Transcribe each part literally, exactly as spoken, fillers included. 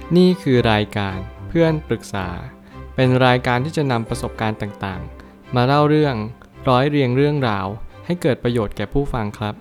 นี่คือรายการเพื่อนปรึกษาเป็นรายการที่จะนำประสบการณ์ต่างๆมาเล่าเรื่องร้อยเรียงเรื่องราวให้เกิดประโยชน์แก่ผู้ฟังครับ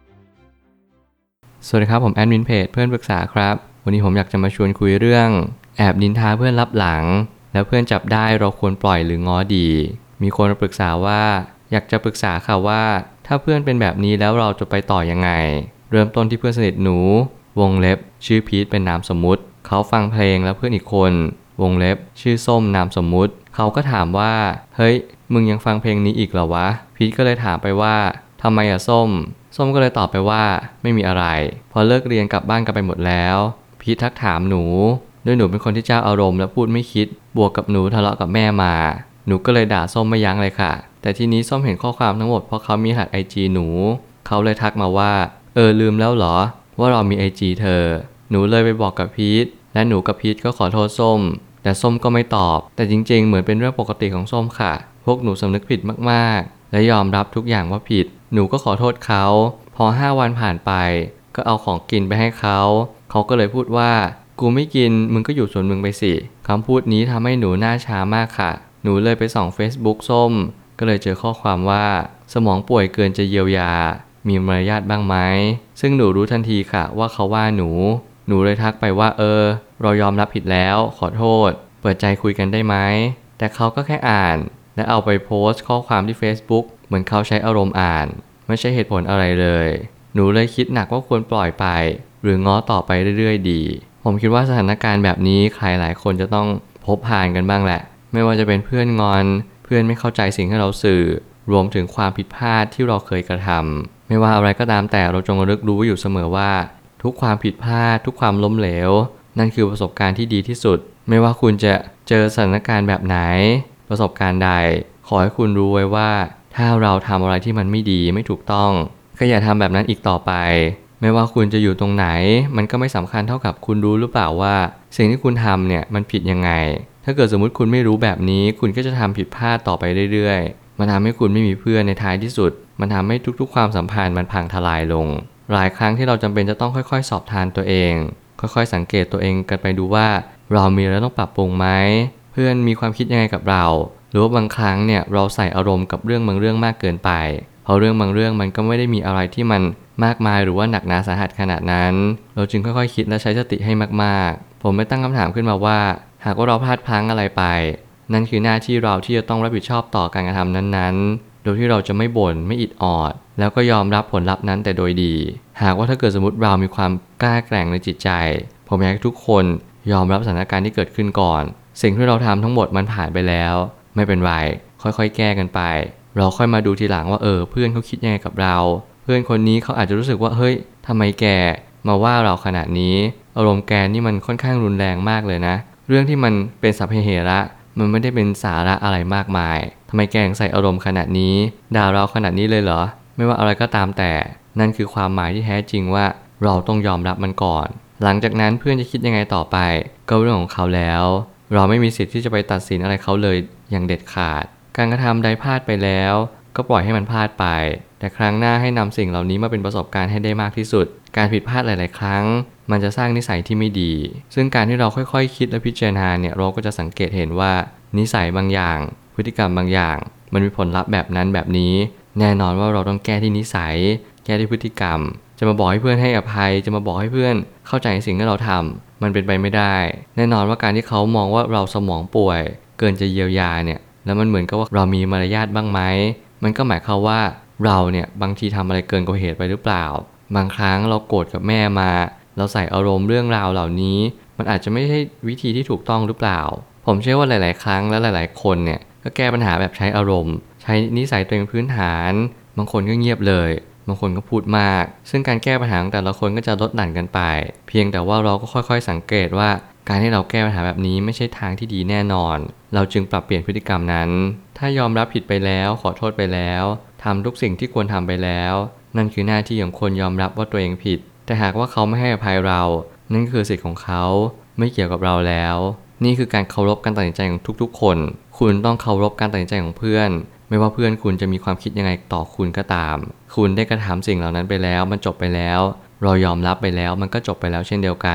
สวัสดีครับผมแอดมินเพจเพื่อนปรึกษาครับวันนี้ผมอยากจะมาชวนคุยเรื่องแอบนินทาเพื่อนลับหลังแล้วเพื่อนจับได้เราควรปล่อยหรือง้อดีมีคนมาปรึกษาว่าอยากจะปรึกษาค่ะว่าถ้าเพื่อนเป็นแบบนี้แล้วเราจะไปต่อยังไงเริ่มต้นที่เพื่อนสนิทหนูวงเล็บชื่อพีทเป็นนามสมมุติเขาฟังเพลงแล้วเพื่อนอีกคนวงเล็บชื่อส้มนามสมมุติเขาก็ถามว่าเฮ้ยมึงยังฟังเพลงนี้อีกเหรอวะพีทก็เลยถามไปว่าทำไมอะส้มส้มก็เลยตอบไปว่าไม่มีอะไรพอเลิกเรียนกลับบ้านกันไปหมดแล้วพีททักถามหนูด้วยหนูเป็นคนที่เจ้าอารมณ์และพูดไม่คิดบวกกับหนูทะเลาะกับแม่มาหนูก็เลยด่าส้มไม่ยั้งเลยค่ะแต่ทีนี้ส้มเห็นข้อความทั้งหมดเพราะเขามีรหัสไอจีหนูเขาเลยทักมาว่าเออลืมแล้วเหรอว่าเรามีไอจีเธอหนูเลยไปบอกกับพีทและหนูกับพีทก็ขอโทษส้มแต่ส้มก็ไม่ตอบแต่จริงๆเหมือนเป็นเรื่องปกติของส้มค่ะพวกหนูสำนึกผิดมากๆและยอมรับทุกอย่างว่าผิดหนูก็ขอโทษเขาพอห้าวันผ่านไปก็เอาของกินไปให้เขาเขาก็เลยพูดว่ากูไม่กินมึงก็อยู่ส่วนมึงไปสิคำพูดนี้ทำให้หนูหน้าช้ามากค่ะหนูเลยไปส่อง Facebook ส้มก็เลยเจอข้อความว่าสมองป่วยเกินจะเยียวยามีมารยาทบ้างไหมซึ่งหนูรู้ทันทีค่ะว่าเขาว่าหนูหนูเลยทักไปว่าเออเรายอมรับผิดแล้วขอโทษเปิดใจคุยกันได้ไหมแต่เขาก็แค่อ่านและเอาไปโพสต์ข้อความที่ Facebook เหมือนเขาใช้อารมณ์อ่านไม่ใช่เหตุผลอะไรเลยหนูเลยคิดหนักว่าควรปล่อยไปหรือง้อต่อไปเรื่อยๆดีผมคิดว่าสถานการณ์แบบนี้ใครหลายคนจะต้องพบผ่านกันบ้างแหละไม่ว่าจะเป็นเพื่อนงอนเพื่อนไม่เข้าใจสิ่งที่เราสื่อรวมถึงความผิดพลาดที่เราเคยกระทำไม่ว่าอะไรก็ตามแต่เราจงระลึกรู้อยู่เสมอว่าทุกความผิดพลาดทุกความล้มเหลวนั่นคือประสบการณ์ที่ดีที่สุดไม่ว่าคุณจะเจอสถานการณ์แบบไหนประสบการณ์ใดขอให้คุณรู้ไว้ว่าถ้าเราทำอะไรที่มันไม่ดีไม่ถูกต้องก็อย่าทำแบบนั้นอีกต่อไปไม่ว่าคุณจะอยู่ตรงไหนมันก็ไม่สำคัญเท่ากับคุณรู้หรือเปล่าว่าสิ่งที่คุณทำเนี่ยมันผิดยังไงถ้าเกิดสมมุติคุณไม่รู้แบบนี้คุณก็จะทำผิดพลาดต่อไปเรื่อยๆมันทำให้คุณไม่มีเพื่อนในท้ายที่สุดมันทำให้ทุกๆความสัมพันธ์มันพังทลายลงหลายครั้งที่เราจำเป็นจะต้องค่อยๆสอบทานตัวเองค่อยๆสังเกตตัวเองกันไปดูว่าเรามีอะไรต้องปรับปรุงไหมเพื่อนมีความคิดยังไงกับเราหรือว่าบางครั้งเนี่ยเราใส่อารมณ์กับเรื่องบางเรื่องมากเกินไปเพราะเรื่องบางเรื่องมันก็ไม่ได้มีอะไรที่มันมากมายหรือว่าหนักหนาสาหัสขนาดนั้นเราจึงค่อยๆคิดและใช้สติให้มากๆผมไม่ตั้งคำถามขึ้นมาว่าหากว่าเราพลาดพลั้งอะไรไปนั่นคือหน้าที่เราที่จะต้องรับผิดชอบต่อการกระทำนั้นๆโดยที่เราจะไม่บ่นไม่อิดออดแล้วก็ยอมรับผลลัพธ์นั้นแต่โดยดีหากว่าถ้าเกิดสมมติเรามีความกล้าแกร่งในจิตใจผมอยากให้ทุกคนยอมรับสถานการณ์ที่เกิดขึ้นก่อนสิ่งที่เราทำทั้งหมดมันผ่านไปแล้วไม่เป็นไรค่อยๆแก้กันไปเราค่อยมาดูทีหลังว่าเออเพื่อนเขาคิดยังไงกับเราเพื่อนคนนี้เขาอาจจะรู้สึกว่าเฮ้ยทำไมแกมาว่าเราขนาดนี้อารมณ์แกนี่มันค่อนข้างรุนแรงมากเลยนะเรื่องที่มันเป็นสัพเพเหระมันไม่ได้เป็นสาระอะไรมากมายทำไมแกถึงใส่อารมณ์ขนาดนี้ด่าเราขนาดนี้เลยเหรอไม่ว่าอะไรก็ตามแต่นั่นคือความหมายที่แท้จริงว่าเราต้องยอมรับมันก่อนหลังจากนั้นเพื่อนจะคิดยังไงต่อไปก็เรื่องของเขาแล้วเราไม่มีสิทธิ์ที่จะไปตัดสินอะไรเขาเลยอย่างเด็ดขาดการกระทำใดพลาดไปแล้วก็ปล่อยให้มันพลาดไปแต่ครั้งหน้าให้นำสิ่งเหล่านี้มาเป็นประสบการณ์ให้ได้มากที่สุดการผิดพลาดหลายๆครั้งมันจะสร้างนิสัยที่ไม่ดีซึ่งการที่เราค่อยๆ ค, คิดและพิจารณาเนี่ยเราก็จะสังเกตเห็นว่านิสัยบางอย่างพฤติกรรมบางอย่างมันมีผลลัพธ์แบบนั้นแบบนี้แน่นอนว่าเราต้องแก้ที่นิสัยแก้ที่พฤติกรรมจะมาบอกให้เพื่อนให้อภัยจะมาบอกให้เพื่อนเข้าใจสิ่งที่เราทำมันเป็นไปไม่ได้แน่นอนว่าการที่เขามองว่าเราสมองป่วยเกินจะเยียวยาเนี่ยแล้วมันเหมือนกับว่าเรามีมารยาทบ้างไหมมันก็หมายความว่าเราเนี่ยบางทีทำอะไรเกินกว่าเหตุไปหรือเปล่าบางครั้งเราโกรธกับแม่มาเราใส่อารมณ์เรื่องราวเหล่านี้มันอาจจะไม่ใช่วิธีที่ถูกต้องหรือเปล่าผมเชื่อว่าหลายๆครั้งและหลายๆคนเนี่ยก็แก้ปัญหาแบบใช้อารมณ์ใช้นิสัยตัวเองพื้นฐานบางคนก็เงียบเลยบางคนก็พูดมากซึ่งการแก้ปัญหาของแต่ละคนก็จะลดหลั่นกันไปเพียงแต่ว่าเราก็ค่อยๆสังเกตว่าการที่เราแก้ปัญหาแบบนี้ไม่ใช่ทางที่ดีแน่นอนเราจึงปรับเปลี่ยนพฤติกรรมนั้นถ้ายอมรับผิดไปแล้วขอโทษไปแล้วทำทุกสิ่งที่ควรทำไปแล้วนั่นคือหน้าที่ของคนยอมรับว่าตัวเองผิดแต่หากว่าเขาไม่ให้อภัยเรานั่นคือสิทธิ์ของเขาไม่เกี่ยวกับเราแล้วนี่คือการเคารพการตัดสินใจของทุกๆคนคุณต้องเคารพการตัดสินใจของเพื่อนไม่ว่าเพื่อนคุณจะมีความคิดยังไงต่อคุณก็ตามคุณได้กระทำสิ่งเหล่านั้นไปแล้วมันจบไปแล้วเรายอมรับไปแล้วมันก็จบไปแล้วเช่นเดียวกัน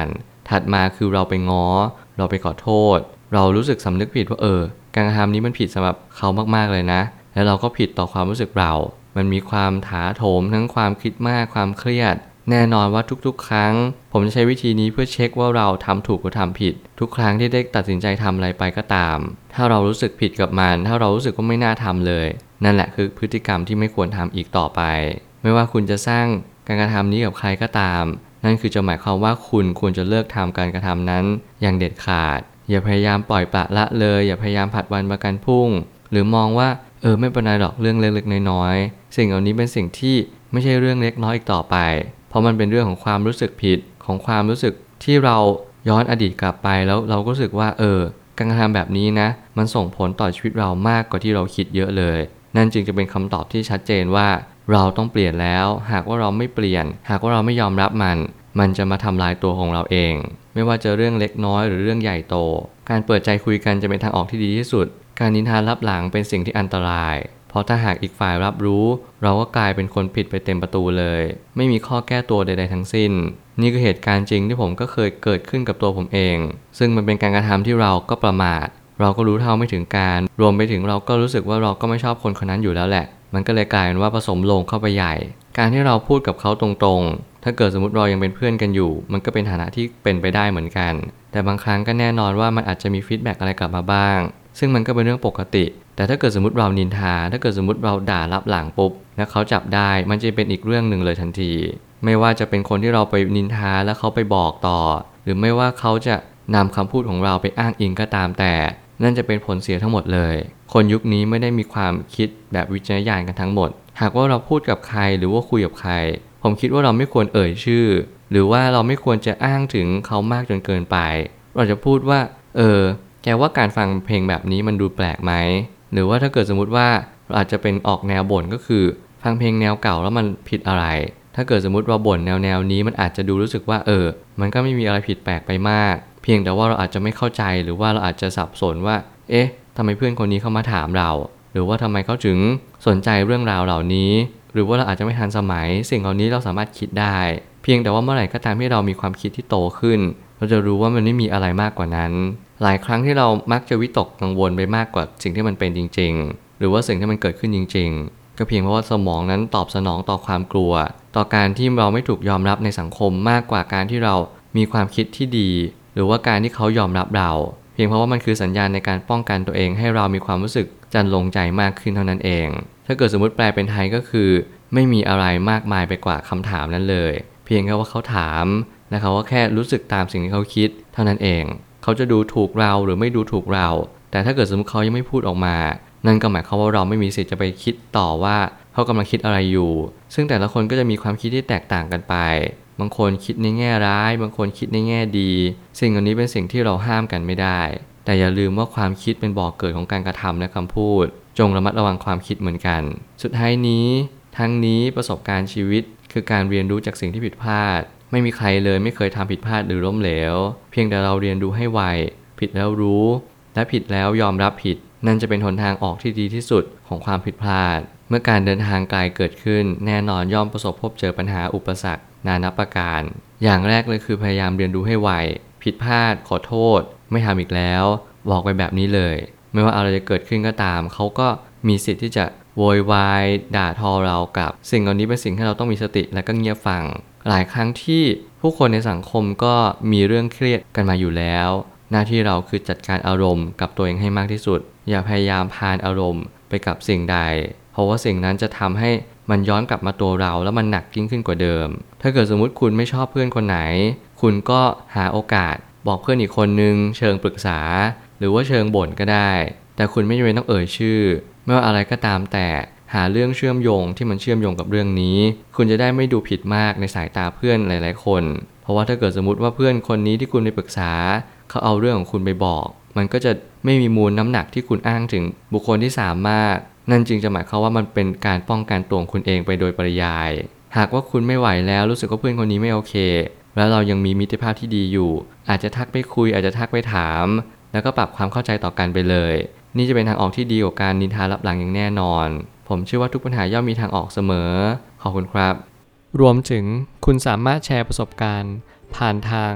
ถัดมาคือเราไปง้อเราไปขอโทษเรารู้สึกสำนึกผิดว่าเออการกระทำนี้มันผิดสำหรับเขามากๆเลยนะแล้วเราก็ผิดต่อความรู้สึกเรามันมีความถาโถมทั้งความคิดมากความเครียดแน่นอนว่าทุกๆครั้งผมจะใช้วิธีนี้เพื่อเช็คว่าเราทำถูกหรือทำผิดทุกครั้งที่ได้ตัดสินใจทำอะไรไปก็ตามถ้าเรารู้สึกผิดกับมันถ้าเรารู้สึกว่าไม่น่าทำเลยนั่นแหละคือพฤติกรรมที่ไม่ควรทำอีกต่อไปไม่ว่าคุณจะสร้างการกระทำนี้กับใครก็ตามนั่นคือจะหมายความว่าคุณควรจะเลิกทำการกระทำนั้นอย่างเด็ดขาดอย่าพยายามปล่อยปละละเลยอย่าพยายามผัดวันประกันพรุ่งหรือมองว่าเออไม่เป็นไรหรอกเรื่องเล็กๆน้อยๆสิ่งเหล่านี้เป็นสิ่งที่ไม่ใช่เรื่องเล็กน้อยอีกต่อไปเพราะมันเป็นเรื่องของความรู้สึกผิดของความรู้สึกที่เราย้อนอดีตกลับไปแล้วเราก็รู้สึกว่าเออการกระทำแบบนี้นะมันส่งผลต่อชีวิตเรามากกว่าที่เราคิดเยอะเลยนั่นจึงจะเป็นคำตอบที่ชัดเจนว่าเราต้องเปลี่ยนแล้วหากว่าเราไม่เปลี่ยนหากว่าเราไม่ยอมรับมันมันจะมาทำลายตัวของเราเองไม่ว่าจะเรื่องเล็กน้อยหรือเรื่องใหญ่โตการเปิดใจคุยกันจะเป็นทางออกที่ดีที่สุดการนินทาลับหลังเป็นสิ่งที่อันตรายเพราะถ้าหากอีกฝ่ายรับรู้เราก็กลายเป็นคนผิดไปเต็มประตูเลยไม่มีข้อแก้ตัวใดๆทั้งสิ้นนี่คือเหตุการณ์จริงที่ผมก็เคยเกิดขึ้นกับตัวผมเองซึ่งมันเป็นการกระทำที่เราก็ประมาทเราก็รู้เท่าไม่ถึงการรวมไปถึงเราก็รู้สึกว่าเราก็ไม่ชอบคนคนนั้นอยู่แล้วแหละมันก็เลยกลายเป็นว่าผสมลงเข้าไปใหญ่การที่เราพูดกับเขาตรงๆถ้าเกิดสมมติเรายังเป็นเพื่อนกันอยู่มันก็เป็นฐานะที่เป็นไปได้เหมือนกันแต่บางครั้งก็แน่นอนว่ามันอาจจะมีฟีดแบ็กอะไรกลับมาบ้างซึ่งมันก็เป็นเรื่องปกติแต่ถ้าเกิดสมมติเรานินทาถ้าเกิดสมมติเราด่าลับหลังปุ๊บแล้วเขาจับได้มันจะเป็นอีกเรื่องหนึ่งเลยทันทีไม่ว่าจะเป็นคนที่เราไปนินทาแล้วเขาไปบอกต่อหรือไม่ว่าเขาจะนำคำพูดของเราไปอ้างอิงก็ตามแต่นั่นจะเป็นผลเสียทั้งหมดเลยคนยุคนี้ไม่ได้มีความคิดแบบวิจารณญาณกันทั้งหมดหากว่าเราพูดกับใครหรือว่าคุยกับใครผมคิดว่าเราไม่ควรเอ่ยชื่อหรือว่าเราไม่ควรจะอ้างถึงเขามากจนเกินไปเราจะพูดว่าเออแกว่าการฟังเพลงแบบนี้มันดูแปลกไหมหรือว่าถ้าเกิดสมมติว่าเราอาจจะเป็นออกแนวบ่นก็คือฟังเพลงแนวเก่าแล้วมันผิดอะไรถ้าเกิดสมมติเราบ่นแนวแนวนี้มันอาจจะดูรู้สึกว่าเออมันก็ไม่มีอะไรผิดแปลกไปมากเพียงแต่ว่าเราอาจจะไม่เข้าใจหรือว่าเราอาจจะสับสนว่าเอ๊ะทำไมเพื่อนคนนี้เข้ามาถามเราหรือว่าทำไมเขาถึงสนใจเรื่องราวเหล่านี้หรือว่าเราอาจจะไม่ทันสมัยสิ่งเหล่านี้เราสามารถคิดได้เพียงแต่ว่าเมื่อไหร่ก็ตามที่เรามีความคิดที่โตขึ้นเราจะรู้ว่ามันไม่มีอะไรมากกว่านั้นหลายครั้งที่เรามักจะวิตกกังวลไปมากกว่าสิ่งที่มันเป็นจริงๆหรือว่าสิ่งที่มันเกิดขึ้นจริงๆก็เพียงเพราะว่าสมองนั้นตอบสนองต่อความกลัวต่อการที่เราไม่ถูกยอมรับในสังคมมากกว่าการที่เรามีความคิดที่ดีหรือว่าการที่เขายอมรับเราเพียงเพราะว่ามันคือสัญญาณในการป้องกันตัวเองให้เรามีความรู้สึกจันลงใจมากขึ้นเท่านั้นเองถ้าเกิดสมมติแปลเป็นไทยก็คือไม่มีอะไรมากมายไปกว่าคำถามนั้นเลยเพียงแค่ว่าเขาถามและเขาก็แค่รู้สึกตามสิ่งที่เขาคิดเท่านั้นเองเขาจะดูถูกเราหรือไม่ดูถูกเราแต่ถ้าเกิดสมมติเขายังไม่พูดออกมานั่นก็หมายความว่าเราไม่มีสิทธิ์จะไปคิดต่อว่าเขากำลังคิดอะไรอยู่ซึ่งแต่ละคนก็จะมีความคิดที่แตกต่างกันไปบางคนคิดในแง่ร้ายบางคนคิดในแง่ดีสิ่งเหล่านี้เป็นสิ่งที่เราห้ามกันไม่ได้แต่อย่าลืมว่าความคิดเป็นบ่อกเกิดของการกระทำและคำพูดจงระมัดระวังความคิดเหมือนกันสุดท้ายนี้ทั้งนี้ประสบการณ์ชีวิตคือการเรียนรู้จากสิ่งที่ผิดพลาดไม่มีใครเลยไม่เคยทำผิดพลาดหรือล้มเหลวเพียงแต่เราเรียนรู้ให้ไวผิดแล้วรู้และผิดแล้วยอมรับผิดนั่นจะเป็นหนทางออกที่ดีที่สุดของความผิดพลาดเมื่อการเดินทางไกลเกิดขึ้นแน่นอนย่อมประสบพบเจอปัญหาอุปสรรคนานับประการอย่างแรกเลยคือพยายามเรียนรู้ให้ไวผิดพลาดขอโทษไม่ทำอีกแล้วบอกไปแบบนี้เลยไม่ว่าอะไรจะเกิดขึ้นก็ตามเขาก็มีสิทธิ์ที่จะโวยวายด่าทอเรากับสิ่งเหล่านี้เป็นสิ่งที่เราต้องมีสติและก็เงียบฟังหลายครั้งที่ผู้คนในสังคมก็มีเรื่องเครียดกันมาอยู่แล้วหน้าที่เราคือจัดการอารมณ์กับตัวเองให้มากที่สุดอย่าพยายามพาอารมณ์ไปกับสิ่งใดเพราะว่าสิ่งนั้นจะทำให้มันย้อนกลับมาตัวเราแล้วมันหนักยิ่งขึ้นกว่าเดิมถ้าเกิดสมมุติคุณไม่ชอบเพื่อนคนไหนคุณก็หาโอกาสบอกเพื่อนอีกคนนึงเชิงปรึกษาหรือว่าเชิงบ่นก็ได้แต่คุณไม่จำเป็นต้องเอ่ยชื่อไม่ว่าอะไรก็ตามแต่หาเรื่องเชื่อมโยงที่มันเชื่อมโยงกับเรื่องนี้คุณจะได้ไม่ดูผิดมากในสายตาเพื่อนหลายๆคนเพราะว่าถ้าเกิดสมมติว่าเพื่อนคนนี้ที่คุณไปปรึกษาเขาเอาเรื่องของคุณไปบอกมันก็จะไม่มีมูลน้ำหนักที่คุณอ้างถึงบุคคลที่สามมากนั่นจึงจะหมายความว่ามันเป็นการป้องกันตัวคุณเองไปโดยปริยายหากว่าคุณไม่ไหวแล้วรู้สึกว่าเพื่อนคนนี้ไม่โอเคแล้วเรายังมีมิตรภาพที่ดีอยู่อาจจะทักไปคุยอาจจะทักไปถามแล้วก็ปรับความเข้าใจต่อกันไปเลยนี่จะเป็นทางออกที่ดีกว่าการนินทาลับหลังอย่างแน่นอนผมเชื่อว่าทุกปัญหาย่อมมีทางออกเสมอขอบคุณครับรวมถึงคุณสามารถแชร์ประสบการณ์ผ่านทาง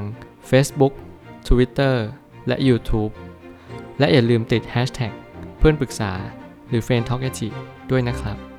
Facebook Twitter และ YouTube และอย่าลืมติด แฮชแท็ก เพื่อนปรึกษาหรือ เฟรนด์ ทอล์ก ด้วยนะครับ